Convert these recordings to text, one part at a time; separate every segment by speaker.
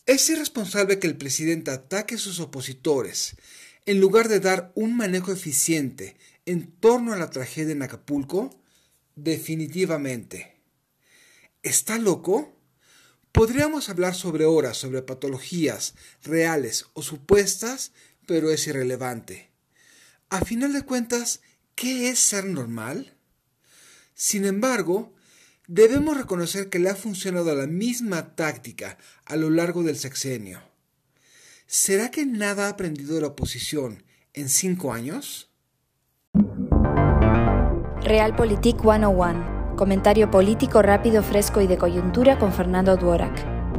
Speaker 1: Es irresponsable que el presidente ataque a sus opositores en lugar de dar un manejo eficiente en torno a la tragedia en Acapulco. Definitivamente. ¿Está loco? Podríamos hablar sobre horas sobre patologías reales o supuestas, pero es irrelevante. A final de cuentas, ¿qué es ser normal? Sin embargo, debemos reconocer que le ha funcionado la misma táctica a lo largo del sexenio. ¿Será que nada ha aprendido de la oposición en 5 años?
Speaker 2: Realpolitik 101. Comentario político rápido, fresco y de coyuntura con Fernando Dworak.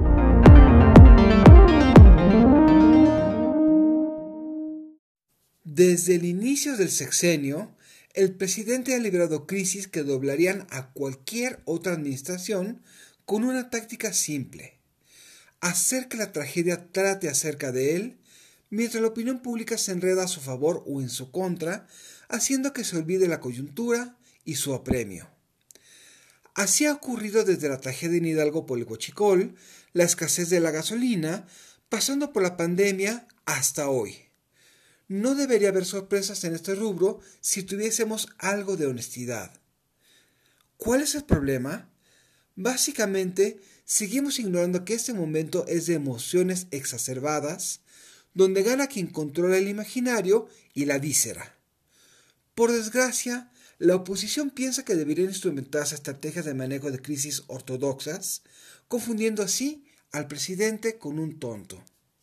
Speaker 1: Desde el inicio del sexenio, el presidente ha librado crisis que doblarían a cualquier otra administración con una táctica simple: hacer que la tragedia trate acerca de él, mientras la opinión pública se enreda a su favor o en su contra, haciendo que se olvide la coyuntura y su apremio. Así ha ocurrido desde la tragedia en Hidalgo por el huachicol, la escasez de la gasolina, pasando por la pandemia hasta hoy. No debería haber sorpresas en este rubro si tuviésemos algo de honestidad. ¿Cuál es el problema? Básicamente, seguimos ignorando que este momento es de emociones exacerbadas, donde gana quien controla el imaginario y la víscera. Por desgracia, la oposición piensa que deberían instrumentarse estrategias de manejo de crisis ortodoxas, confundiendo así al presidente con un tonto.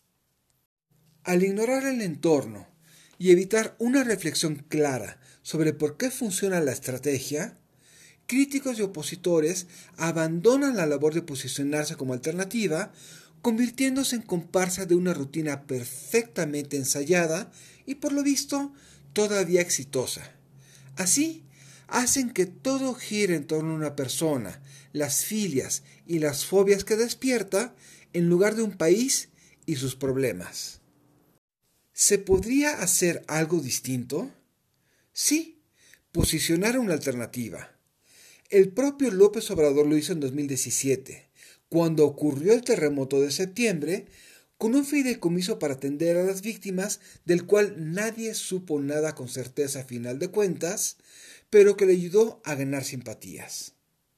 Speaker 1: Al ignorar el entorno y evitar una reflexión clara sobre por qué funciona la estrategia, críticos y opositores abandonan la labor de posicionarse como alternativa, convirtiéndose en comparsa de una rutina perfectamente ensayada y, por lo visto, todavía exitosa. Así, hacen que todo gire en torno a una persona, las filias y las fobias que despierta, en lugar de un país y sus problemas. ¿Se podría hacer algo distinto? Sí, posicionar una alternativa. El propio López Obrador lo hizo en 2017, cuando ocurrió el terremoto de septiembre, con un fideicomiso para atender a las víctimas, del cual nadie supo nada con certeza a final de cuentas, pero que le ayudó a ganar simpatías.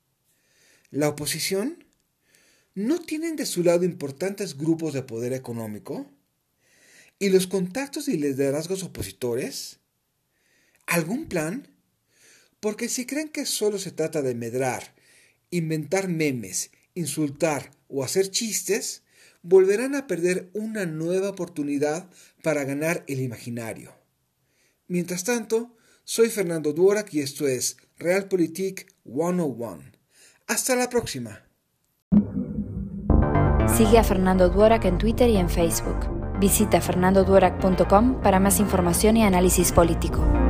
Speaker 1: ¿La oposición? ¿No tienen de su lado importantes grupos de poder económico? ¿Y los contactos y liderazgos opositores? ¿Algún plan? Porque si creen que solo se trata de medrar, inventar memes, insultar o hacer chistes, volverán a perder una nueva oportunidad para ganar el imaginario. Mientras tanto, soy Fernando Dworak y esto es Realpolitik 101. Hasta la próxima.
Speaker 2: Sigue a Fernando Dworak en Twitter y en Facebook. Visita fernandodworak.com para más información y análisis político.